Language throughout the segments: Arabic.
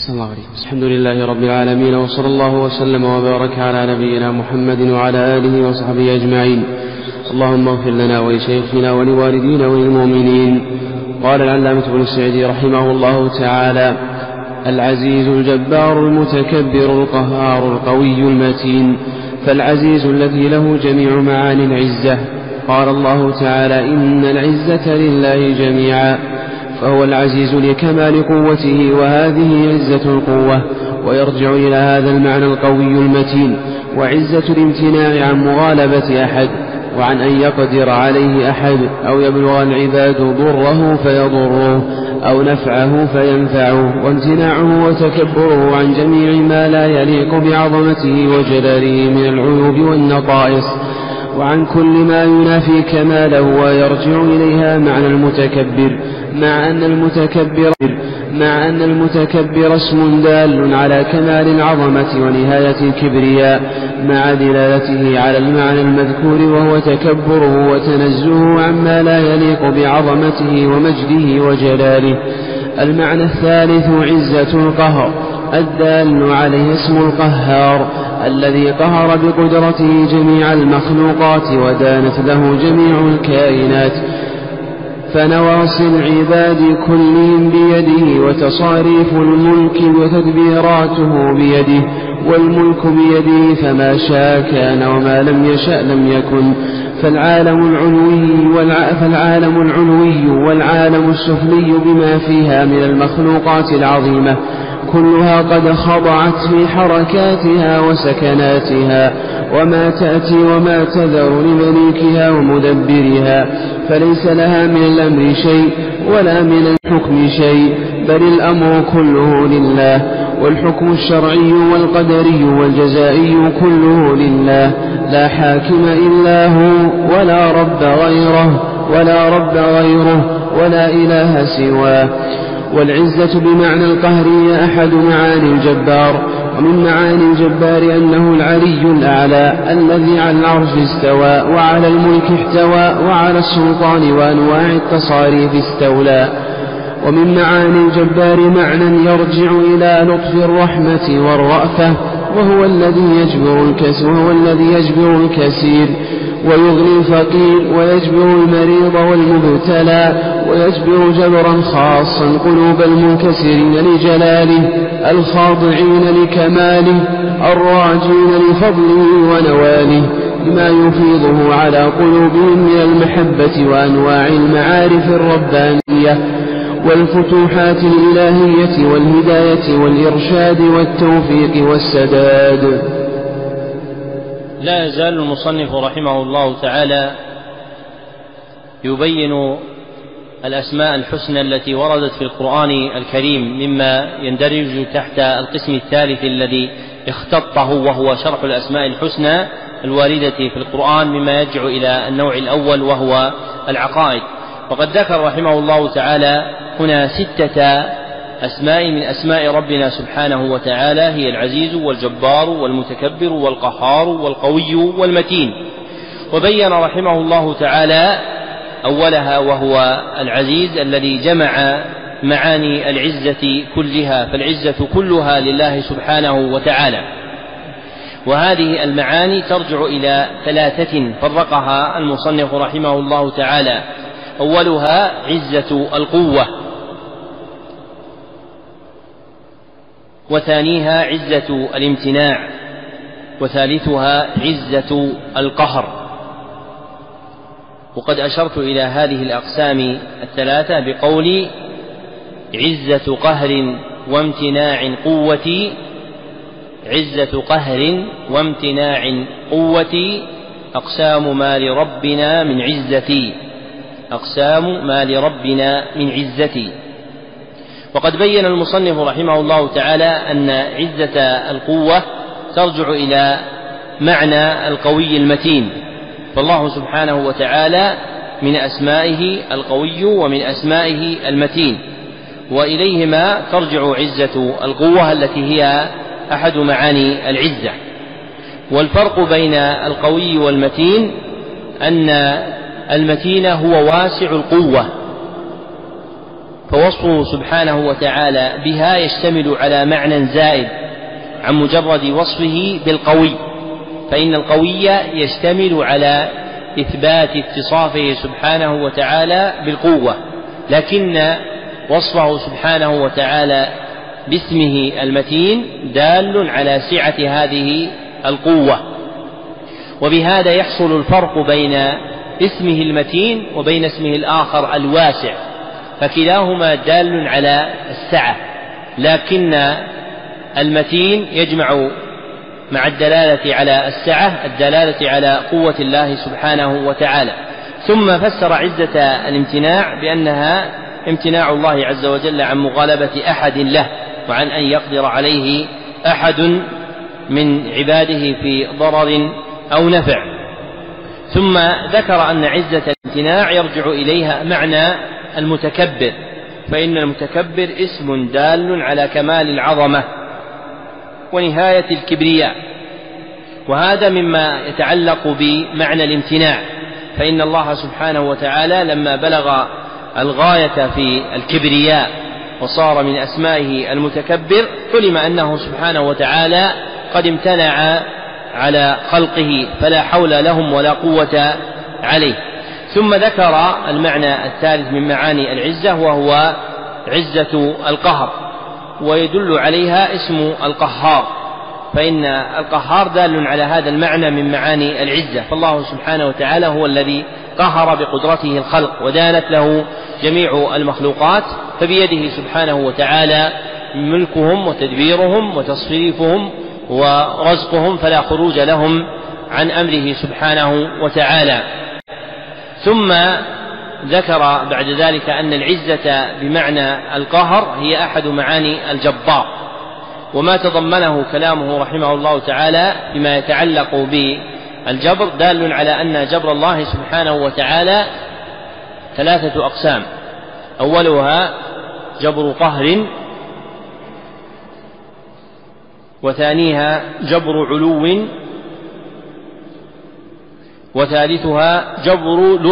الله عليه. الحمد لله رب العالمين، وصلى الله وسلم وبارك على نبينا محمد وعلى آله وصحبه أجمعين. اللهم اغفر لنا ولشيخنا ولوالدينا وللمؤمنين. قال العلامة ابن السعدي رحمه الله تعالى: العزيز الجبار المتكبر القهار القوي المتين. فالعزيز الذي له جميع معاني العزة. قال الله تعالى: إن العزة لله جميعا. فهو العزيز لكمال قوته، وهذه عزة القوة، ويرجع إلى هذا المعنى القوي المتين. وعزة الامتناع عن مغالبة أحد، وعن أن يقدر عليه أحد، أو يبلغ العباد ضره فيضره، أو نفعه فينفعه. وامتناعه وتكبره عن جميع ما لا يليق بعظمته وجلاله من العيوب والنقائص، وعن كل ما ينافي كماله، ويرجع إليها معنى المتكبر، مع أن المتكبر اسم دال على كمال العظمة ونهاية الكبرياء، مع دلالته على المعنى المذكور، وهو تكبره وتنزهه عما لا يليق بعظمته ومجده وجلاله. المعنى الثالث عزة القهر، الدال عليه اسم القهار، الذي قهر بقدرته جميع المخلوقات، ودانت له جميع الكائنات. فنواصي العباد كلهم بيده، وتصاريف الملك وتدبيراته بيده، والملك بيده، فما شاء كان وما لم يشأ لم يكن. فالعالم العلوي والعالم السفلي بما فيها من المخلوقات العظيمة كلها قد خضعت في حركاتها وسكناتها، وما تأتي وما تذر لمليكها ومدبرها، فليس لها من الأمر شيء ولا من الحكم شيء، بل الأمر كله لله، والحكم الشرعي والقدري والجزائي كله لله، لا حاكم إلا هو، ولا رب غيره، ولا إله سواه. والعزة بمعنى القهر هي أحد معاني الجبار. ومن معاني الجبار أنه العلي الأعلى، الذي على العرش استوى، وعلى الملك احتوى، وعلى السلطان وأنواع التصاريف استولى. ومن معاني الجبار معنى يرجع إلى لطف الرحمة والرأفة، وهو الذي يجبر الكثير ويغني الفقير، ويجبر المريض والمبتلى، ويجبر جبرا خاصا قلوب المنكسرين لجلاله، الخاضعين لكماله، الراجين لفضله ونواله، بما يفيضه على قلوبهم من المحبة وأنواع المعارف الربانية والفتوحات الإلهية والهداية والإرشاد والتوفيق والسداد. لا يزال المصنف رحمه الله تعالى يبين الأسماء الحسنى التي وردت في القرآن الكريم، مما يندرج تحت القسم الثالث الذي اختطه، وهو شرح الأسماء الحسنى الواردة في القرآن، مما يرجع إلى النوع الأول وهو العقائد. وقد ذكر رحمه الله تعالى هنا 6 أسماء من أسماء ربنا سبحانه وتعالى، هي العزيز والجبار والمتكبر والقهار والقوي والمتين. وبين رحمه الله تعالى أولها وهو العزيز، الذي جمع معاني العزة كلها، فالعزة كلها لله سبحانه وتعالى. وهذه المعاني ترجع إلى 3 فرقها المصنف رحمه الله تعالى. أولها عزة القوة، وثانيها عزة الامتناع، وثالثها عزة القهر. وقد أشرت إلى هذه الأقسام 3 بقول عزة قهر وامتناع قوتي، عزة قهر وامتناع قوتي، أقسام ما لربنا من عزتي، أقسام ما لربنا من عزتي. وقد بين المصنف رحمه الله تعالى أن عزة القوة ترجع إلى معنى القوي المتين، فالله سبحانه وتعالى من أسمائه القوي ومن أسمائه المتين، وإليهما ترجع عزة القوة التي هي أحد معاني العزة. والفرق بين القوي والمتين أن المتين هو واسع القوة، فوصفه سبحانه وتعالى بها يشتمل على معنى زائد عن مجرد وصفه بالقوي، فإن القوي يشتمل على إثبات اتصافه سبحانه وتعالى بالقوة، لكن وصفه سبحانه وتعالى باسمه المتين دال على سعة هذه القوة. وبهذا يحصل الفرق بين اسمه المتين وبين اسمه الآخر الواسع، فكلاهما دال على السعة، لكن المتين يجمع مع الدلالة على السعة الدلالة على قوة الله سبحانه وتعالى. ثم فسر عزة الامتناع بأنها امتناع الله عز وجل عن مغالبة أحد له وعن أن يقدر عليه أحد من عباده في ضرر أو نفع. ثم ذكر أن عزة الامتناع يرجع إليها معنى المتكبر، فإن المتكبر اسم دال على كمال العظمة ونهاية الكبرياء، وهذا مما يتعلق بمعنى الامتناع، فإن الله سبحانه وتعالى لما بلغ الغاية في الكبرياء وصار من أسمائه المتكبر علم أنه سبحانه وتعالى قد امتنع على خلقه فلا حول لهم ولا قوة عليه. ثم ذكر المعنى الثالث من معاني العزة وهو عزة القهر، ويدل عليها اسم القهار، فإن القهار دال على هذا المعنى من معاني العزة، فالله سبحانه وتعالى هو الذي قهر بقدرته الخلق ودانت له جميع المخلوقات، فبيده سبحانه وتعالى ملكهم وتدبيرهم وتصريفهم ورزقهم فلا خروج لهم عن أمره سبحانه وتعالى. ثم ذكر بعد ذلك أن العزة بمعنى القهر هي أحد معاني الجبار، وما تضمنه كلامه رحمه الله تعالى بما يتعلق بالجبر دال على أن جبر الله سبحانه وتعالى ثلاثة أقسام: أولها جبر قهر، وثانيها جبر علو، وثالثها جبر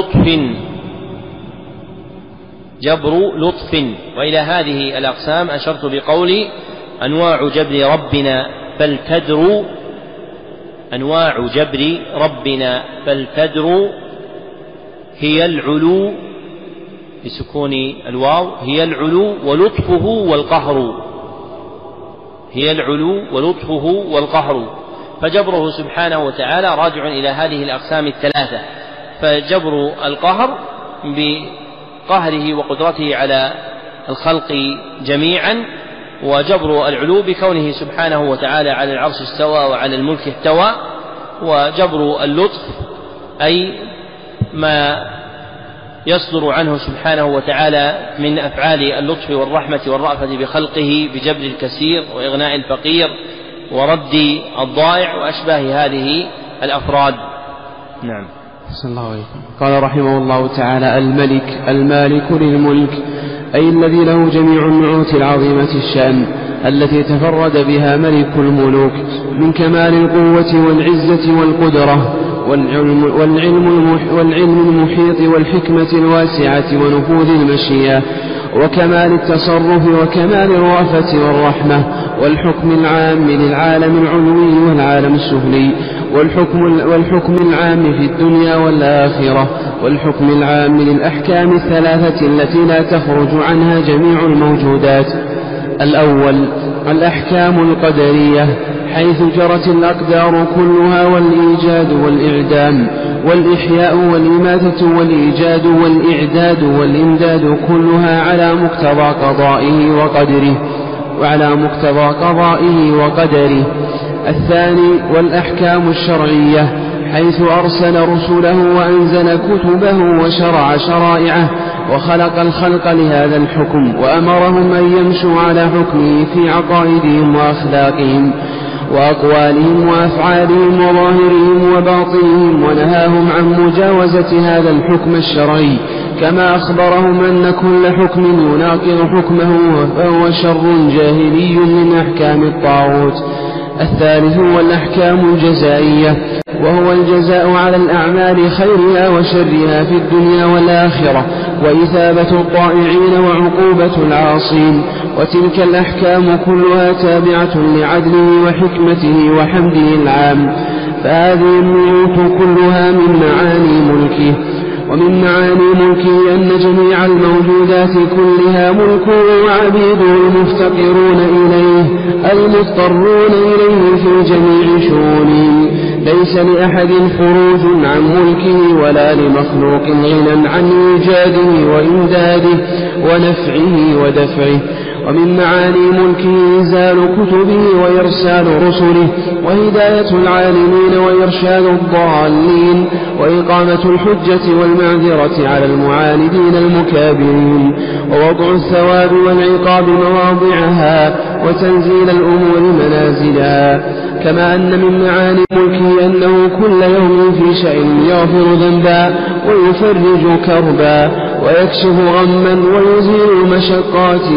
لطف. وإلى هذه الأقسام أشرت بقولي: أنواع جبر ربنا فلتدر هي العلو بسكون الواو، هي العلو ولطفه والقهر، فجبره سبحانه وتعالى راجع إلى هذه الأقسام الثلاثة: فجبر القهر بقهره وقدرته على الخلق جميعا، وجبر العلو بكونه سبحانه وتعالى على العرش استوى وعلى الملك استوى، وجبر اللطف أي ما يصدر عنه سبحانه وتعالى من أفعال اللطف والرحمة والرأفة بخلقه بجبر الكثير وإغناء الفقير ورد الضائع وأشباه هذه الأفراد. نعم. صلى الله عليه وسلم. قال رحمه الله تعالى: المالك للملك، أي الذي له جميع النعوت العظيمة الشأن التي تفرد بها ملك الملوك من كمال القوة والعزة والقدرة والعلم المحيط والحكمة الواسعة ونفوذ المشيئة وكمال التصرف وكمال الرأفة والرحمة والحكم العام للعالم العلوي والعالم السفلي والحكم العام في الدنيا والآخرة والحكم العام للأحكام الثلاثة التي لا تخرج عنها جميع الموجودات. الأول الأحكام القدرية، حيث جرت الأقدار كلها والإيجاد والإعدام والإحياء والإماتة والإيجاد والإعداد والإمداد كلها على مقتضى قضائه وقدره. الثاني والأحكام الشرعية، حيث أرسل رسله وأنزل كتبه وشرع شرائعه وخلق الخلق لهذا الحكم وأمرهم أن يمشوا على حكمه في عقائدهم وأخلاقهم وأقوالهم وأفعالهم وظاهرهم وباطنهم، ونهاهم عن مجاوزة هذا الحكم الشرعي، كما أخبرهم أن كل حكم يناقض حكمه فهو شر جاهلي من أحكام الطاغوت. الثالث والأحكام الجزائية، وهو الجزاء على الأعمال خيرها وشرها في الدنيا والآخرة، وإثابة الطائعين وعقوبة العاصين. وتلك الأحكام كلها تابعة لعدله وحكمته وحمده العام، فهذه النعوت كلها من معاني ملكه. ومن معاني ملكه أن جميع الموجودات كلها ملكه وعبيده المفتقرون إليه المضطرون إليه في جميع شؤونهم، ليس لأحد خروج عن ملكه ولا لمخلوق غنى عن إيجاده وإمداده ونفعه ودفعه. ومن معاني ملكه إنزال كتبه وإرسال رسله وهداية العالمين وإرشاد الضالين وإقامة الحجة والمعذرة على المعاندين المكابرين ووضع الثواب والعقاب مواضعها وتنزيل الأمور منازلها. كما أن من معاني ملكه أنه كل يوم في شأن يغفر ذنبا ويفرج كربا ويكشف غما ويزيل المشقات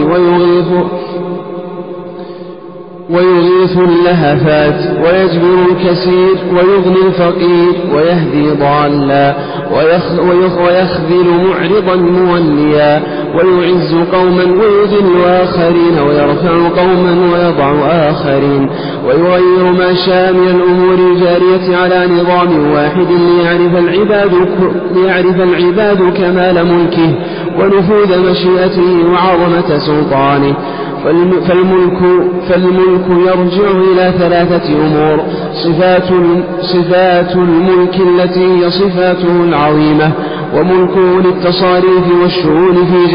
ويغيث اللهفات ويجبر الكثير ويغني الفقير ويهدي ضالا ويخذل معرضا موليا ويعز قوما ويذل آخرين ويرفع قوما ويضع آخرين ويغير ما شاء من الأمور الجارية على نظام واحد ليعرف العباد كمال ملكه ونفوذ مشيئته وعظمة سلطانه. فالملك يرجع إلى ثلاثة أمور: صفات الملك التي هي صفاته العظيمة، وملكه للتصاريف والشؤون في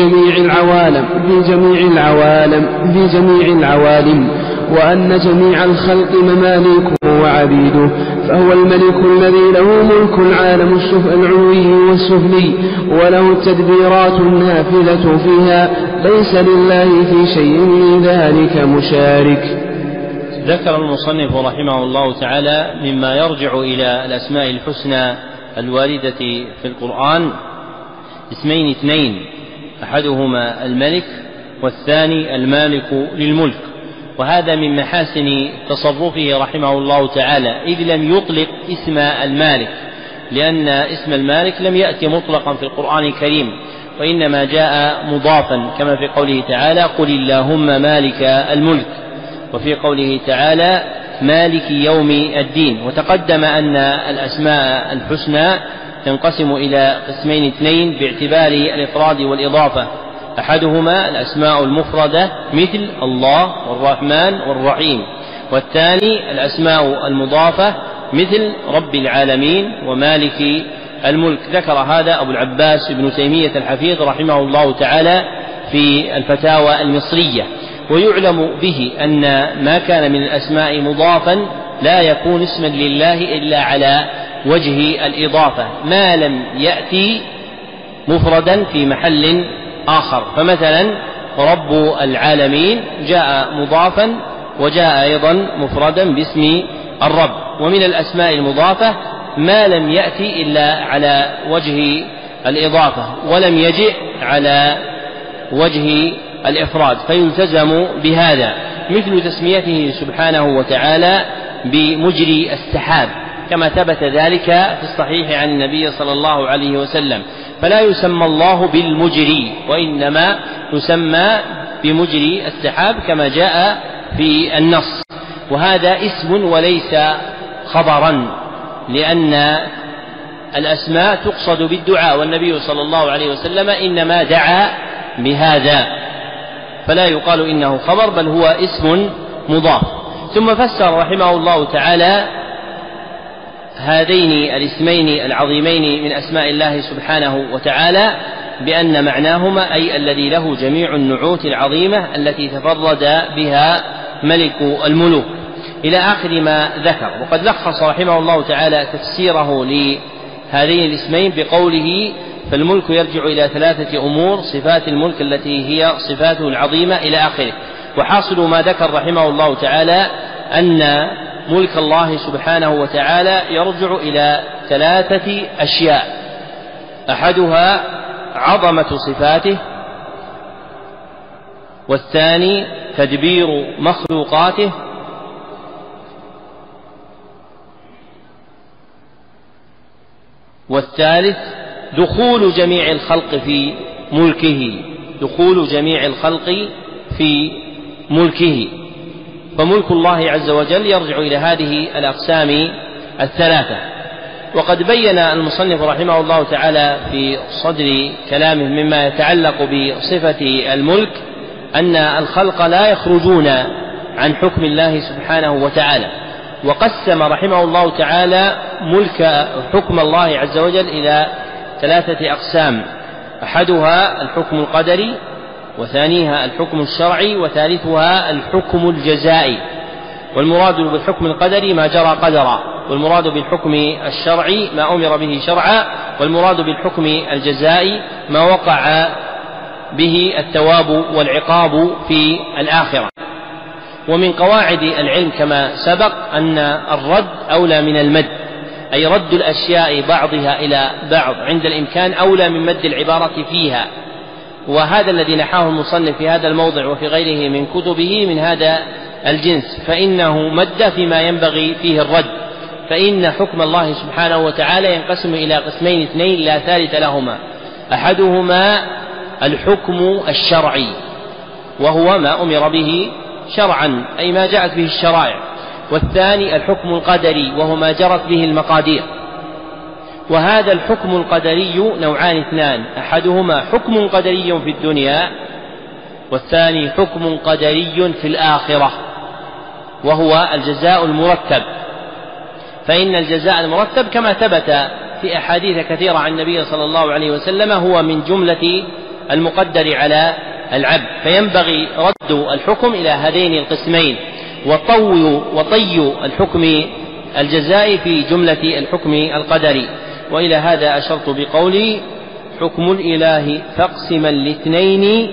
جميع العوالم، وأن جميع الخلق مماليكه وعبيده، فهو الملك الذي له ملك العالم العلوي والسفلي، وله التدبيرات النافلة فيها، ليس لله في شيء من ذلك مشارك. ذكر المصنف رحمه الله تعالى مما يرجع إلى الأسماء الحسنى الواردة في القرآن اسمين اثنين، أحدهما الملك والثاني المالك للملك، وهذا من محاسن تصرفه رحمه الله تعالى، إذ لم يطلق اسم المالك، لأن اسم المالك لم يأتي مطلقا في القرآن الكريم، وإنما جاء مضافا كما في قوله تعالى: قل اللهم مالك الملك، وفي قوله تعالى: مالك يوم الدين. وتقدم أن الأسماء الحسنى تنقسم إلى قسمين اثنين باعتبار الإفراد والإضافة: أحدهما الأسماء المفردة مثل الله والرحمن والرحيم، والثاني الأسماء المضافة مثل رب العالمين ومالك الملك. ذكر هذا أبو العباس ابن تيمية الحفيظ رحمه الله تعالى في الفتاوى المصرية. ويعلم به أن ما كان من الأسماء مضافا لا يكون اسما لله إلا على وجه الإضافة ما لم يأتي مفردا في محل آخر. فمثلا رب العالمين جاء مضافا وجاء أيضا مفردا باسم الرب. ومن الأسماء المضافة ما لم يأتي إلا على وجه الإضافة ولم يجئ على وجه الإفراد فيلتزم بهذا، مثل تسميته سبحانه وتعالى بمجري السحاب كما ثبت ذلك في الصحيح عن النبي صلى الله عليه وسلم، فلا يسمى الله بالمجري وإنما يسمى بمجري السحاب كما جاء في النص، وهذا اسم وليس خبرا، لأن الأسماء تقصد بالدعاء، والنبي صلى الله عليه وسلم إنما دعا بهذا، فلا يقال إنه خبر بل هو اسم مضاف. ثم فسر رحمه الله تعالى هذين الاسمين العظيمين من أسماء الله سبحانه وتعالى بأن معناهما أي الذي له جميع النعوت العظيمة التي تفرد بها ملك الملوك إلى آخر ما ذكر. وقد لخص رحمه الله تعالى تفسيره لهذين الاسمين بقوله: فالملك يرجع إلى ثلاثة أمور: صفات الملك التي هي صفاته العظيمة إلى آخره. وحاصل ما ذكر رحمه الله تعالى أن ملك الله سبحانه وتعالى يرجع إلى ثلاثة أشياء: أحدها عظمة صفاته، والثاني تدبير مخلوقاته، والثالث دخول جميع الخلق في ملكه، دخول جميع الخلق في ملكه. فملك الله عز وجل يرجع إلى هذه الأقسام الثلاثة. وقد بين المصنف رحمه الله تعالى في صدر كلامه مما يتعلق بصفة الملك أن الخلق لا يخرجون عن حكم الله سبحانه وتعالى، وقسم رحمه الله تعالى ملك حكم الله عز وجل إلى ثلاثة أقسام: أحدها الحكم القدري، وثانيها الحكم الشرعي، وثالثها الحكم الجزائي. والمراد بالحكم القدري ما جرى قدرا، والمراد بالحكم الشرعي ما أمر به شرعا، والمراد بالحكم الجزائي ما وقع به الثواب والعقاب في الآخرة. ومن قواعد العلم كما سبق أن الرد أولى من المد، أي رد الأشياء بعضها إلى بعض عند الإمكان أولى من مد العبارة فيها. وهذا الذي نحاه المصنف في هذا الموضع وفي غيره من كتبه من هذا الجنس، فإنه مد فيما ينبغي فيه الرد. فإن حكم الله سبحانه وتعالى ينقسم إلى قسمين اثنين لا ثالث لهما: أحدهما الحكم الشرعي وهو ما أمر به شرعا أي ما جاءت به الشرائع، والثاني الحكم القدري وهو ما جرت به المقادير. وهذا الحكم القدري نوعان اثنان: أحدهما حكم قدري في الدنيا، والثاني حكم قدري في الآخرة وهو الجزاء المرتب. فإن الجزاء المرتب كما ثبت في أحاديث كثيرة عن النبي صلى الله عليه وسلم هو من جملة المقدر على العبد، فينبغي رد الحكم إلى هذين القسمين، وطي الحكم الجزائي في جملة الحكم القدري. وإلى هذا أشرت بقولي: حكم الإله فاقسما لاثنين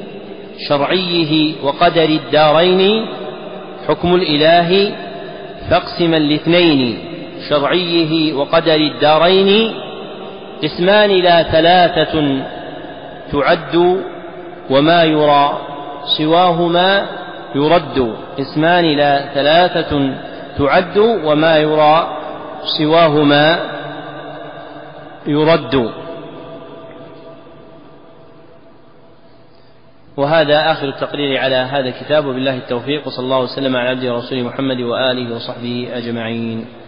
شرعيه وقدر الدارين. حكم الإله فاقسما لاثنين شرعيه وقدر الدارين، قسمان لا ثلاثة تعد وما يرى سواهما يرد. قسمان لا ثلاثة تعد وما يرى سواهما يرد. وهذا آخر التقرير على هذا الكتاب، وبالله التوفيق، وصلى الله وسلم على عبده ورسوله محمد وآله وصحبه أجمعين.